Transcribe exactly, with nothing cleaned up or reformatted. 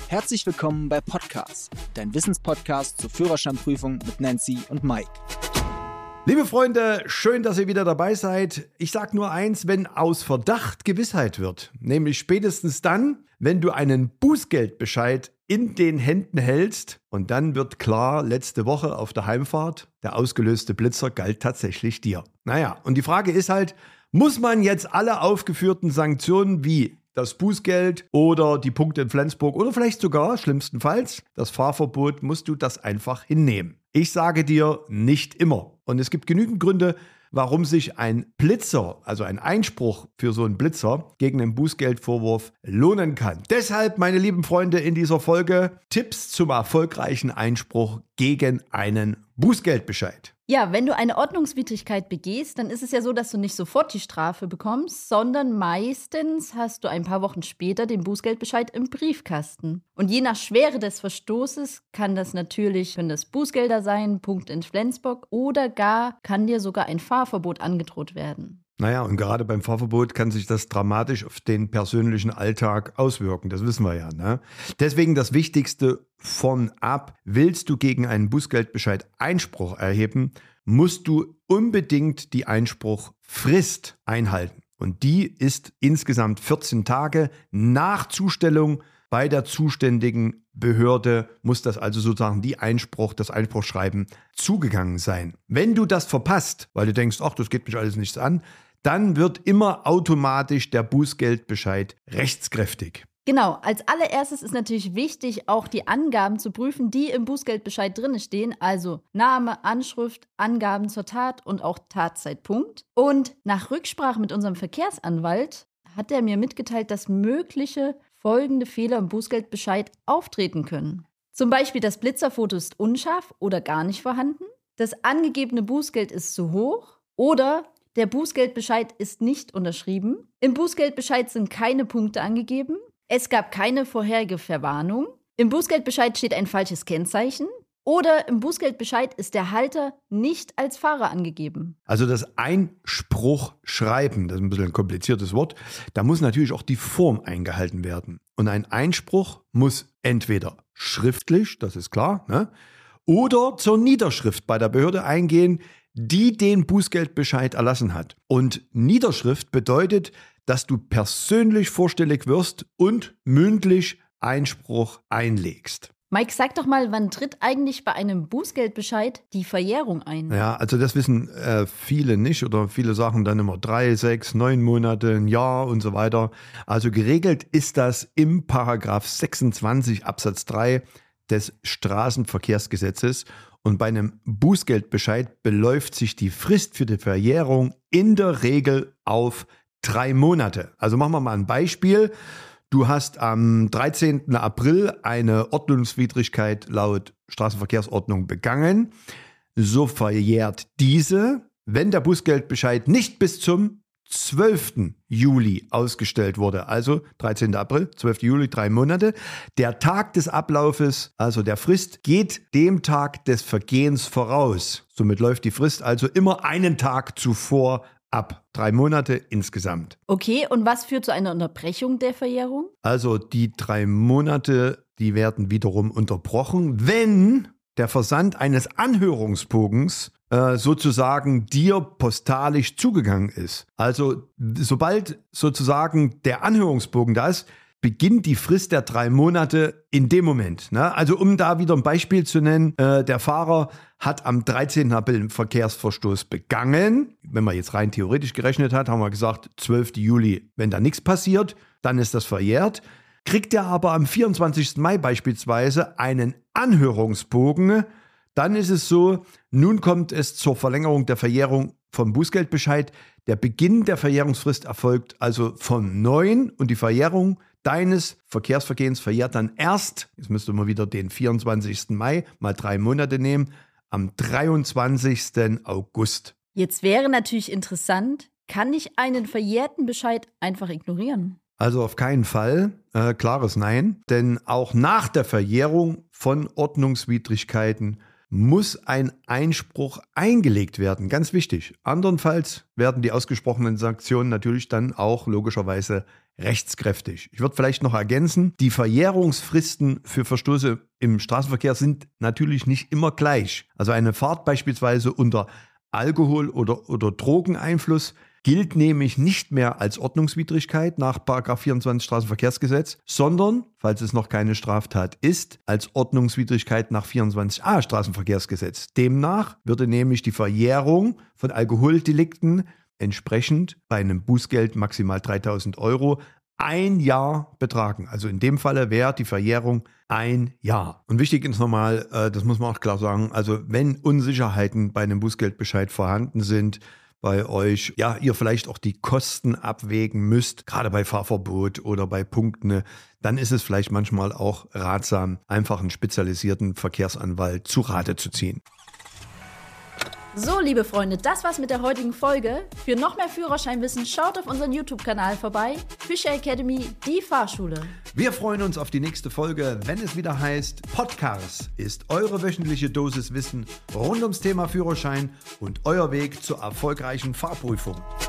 Herzlich willkommen bei Podcast, dein Wissenspodcast zur Führerscheinprüfung mit Nancy und Mike. Liebe Freunde, schön, dass ihr wieder dabei seid. Ich sage nur eins, wenn aus Verdacht Gewissheit wird, nämlich spätestens dann, wenn du einen Bußgeldbescheid in den Händen hältst und dann wird klar, letzte Woche auf der Heimfahrt, der ausgelöste Blitzer galt tatsächlich dir. Naja, und die Frage ist halt, muss man jetzt alle aufgeführten Sanktionen wie das Bußgeld oder die Punkte in Flensburg oder vielleicht sogar, schlimmstenfalls, das Fahrverbot, musst du das einfach hinnehmen? Ich sage dir, nicht immer. Und es gibt genügend Gründe, warum sich ein Blitzer, also ein Einspruch für so einen Blitzer gegen einen Bußgeldvorwurf lohnen kann. Deshalb, meine lieben Freunde, in dieser Folge Tipps zum erfolgreichen Einspruch gegen einen Bußgeldbescheid. Ja, wenn du eine Ordnungswidrigkeit begehst, dann ist es ja so, dass du nicht sofort die Strafe bekommst, sondern meistens hast du ein paar Wochen später den Bußgeldbescheid im Briefkasten. Und je nach Schwere des Verstoßes kann das natürlich, können das Bußgelder sein, Punkt in Flensburg, oder gar kann dir sogar ein Fahrverbot angedroht werden. Naja, und gerade beim Fahrverbot kann sich das dramatisch auf den persönlichen Alltag auswirken. Das wissen wir ja, ne? Deswegen das Wichtigste von ab. Willst du gegen einen Bußgeldbescheid Einspruch erheben, musst du unbedingt die Einspruchfrist einhalten. Und die ist insgesamt vierzehn Tage. Nach Zustellung bei der zuständigen Behörde muss das also sozusagen die Einspruch, das Einspruchschreiben zugegangen sein. Wenn du das verpasst, weil du denkst, ach, das geht mich alles nichts an, dann wird immer automatisch der Bußgeldbescheid rechtskräftig. Genau, als allererstes ist natürlich wichtig, auch die Angaben zu prüfen, die im Bußgeldbescheid drin stehen, also Name, Anschrift, Angaben zur Tat und auch Tatzeitpunkt. Und nach Rücksprache mit unserem Verkehrsanwalt hat er mir mitgeteilt, dass mögliche folgende Fehler im Bußgeldbescheid auftreten können. Zum Beispiel das Blitzerfoto ist unscharf oder gar nicht vorhanden, das angegebene Bußgeld ist zu hoch oder der Bußgeldbescheid ist nicht unterschrieben. Im Bußgeldbescheid sind keine Punkte angegeben. Es gab keine vorherige Verwarnung. Im Bußgeldbescheid steht ein falsches Kennzeichen. Oder im Bußgeldbescheid ist der Halter nicht als Fahrer angegeben. Also das Einspruchschreiben, das ist ein bisschen ein kompliziertes Wort, da muss natürlich auch die Form eingehalten werden. Und ein Einspruch muss entweder schriftlich, das ist klar, ne, oder zur Niederschrift bei der Behörde eingehen, die den Bußgeldbescheid erlassen hat. Und Niederschrift bedeutet, dass du persönlich vorstellig wirst und mündlich Einspruch einlegst. Mike, sag doch mal, wann tritt eigentlich bei einem Bußgeldbescheid die Verjährung ein? Ja, also das wissen äh, viele nicht oder viele sagen dann immer drei, sechs, neun Monate, ein Jahr und so weiter. Also geregelt ist das im Paragraph sechsundzwanzig Absatz drei des Straßenverkehrsgesetzes und bei einem Bußgeldbescheid beläuft sich die Frist für die Verjährung in der Regel auf drei Monate. Also machen wir mal ein Beispiel. Du hast am dreizehnten April eine Ordnungswidrigkeit laut Straßenverkehrsordnung begangen. So verjährt diese, wenn der Bußgeldbescheid nicht bis zum zwölften Juli ausgestellt wurde. Also dreizehnten April, zwölften Juli, drei Monate. Der Tag des Ablaufes, also der Frist, geht dem Tag des Vergehens voraus. Somit läuft die Frist also immer einen Tag zuvor ab. Drei Monate insgesamt. Okay, und was führt zu einer Unterbrechung der Verjährung? Also die drei Monate, die werden wiederum unterbrochen, wenn der Versand eines Anhörungsbogens äh, sozusagen dir postalisch zugegangen ist. Also sobald sozusagen der Anhörungsbogen da ist, beginnt die Frist der drei Monate in dem Moment. Ne? Also um da wieder ein Beispiel zu nennen, äh, der Fahrer hat am dreizehnten April einen Verkehrsverstoß begangen. Wenn man jetzt rein theoretisch gerechnet hat, haben wir gesagt, zwölften Juli, wenn da nichts passiert, dann ist das verjährt. Kriegt er aber am vierundzwanzigsten Mai beispielsweise einen Anhörungsbogen, dann ist es so, nun kommt es zur Verlängerung der Verjährung vom Bußgeldbescheid. Der Beginn der Verjährungsfrist erfolgt also von neun und die Verjährung deines Verkehrsvergehens verjährt dann erst, jetzt müsste man wieder den vierundzwanzigsten Mai mal drei Monate nehmen, am dreiundzwanzigsten August. Jetzt wäre natürlich interessant, kann ich einen verjährten Bescheid einfach ignorieren? Also auf keinen Fall, äh, klares Nein, denn auch nach der Verjährung von Ordnungswidrigkeiten muss ein Einspruch eingelegt werden. Ganz wichtig. Andernfalls werden die ausgesprochenen Sanktionen natürlich dann auch logischerweise rechtskräftig. Ich würde vielleicht noch ergänzen, die Verjährungsfristen für Verstöße im Straßenverkehr sind natürlich nicht immer gleich. Also eine Fahrt beispielsweise unter Alkohol- oder, oder Drogeneinfluss gilt nämlich nicht mehr als Ordnungswidrigkeit nach Paragraph vierundzwanzig Straßenverkehrsgesetz, sondern, falls es noch keine Straftat ist, als Ordnungswidrigkeit nach vierundzwanzig a Straßenverkehrsgesetz. Demnach würde nämlich die Verjährung von Alkoholdelikten entsprechend bei einem Bußgeld maximal dreitausend Euro ein Jahr betragen. Also in dem Falle wäre die Verjährung ein Jahr. Und wichtig ist nochmal, äh, das muss man auch klar sagen, also wenn Unsicherheiten bei einem Bußgeldbescheid vorhanden sind, bei euch, ja, ihr vielleicht auch die Kosten abwägen müsst, gerade bei Fahrverbot oder bei Punkten, dann ist es vielleicht manchmal auch ratsam, einfach einen spezialisierten Verkehrsanwalt zu Rate zu ziehen. So, liebe Freunde, das war's mit der heutigen Folge. Für noch mehr Führerscheinwissen schaut auf unseren YouTube-Kanal vorbei. Fischer Academy, die Fahrschule. Wir freuen uns auf die nächste Folge, wenn es wieder heißt, Podcast ist eure wöchentliche Dosis Wissen rund ums Thema Führerschein und euer Weg zur erfolgreichen Fahrprüfung.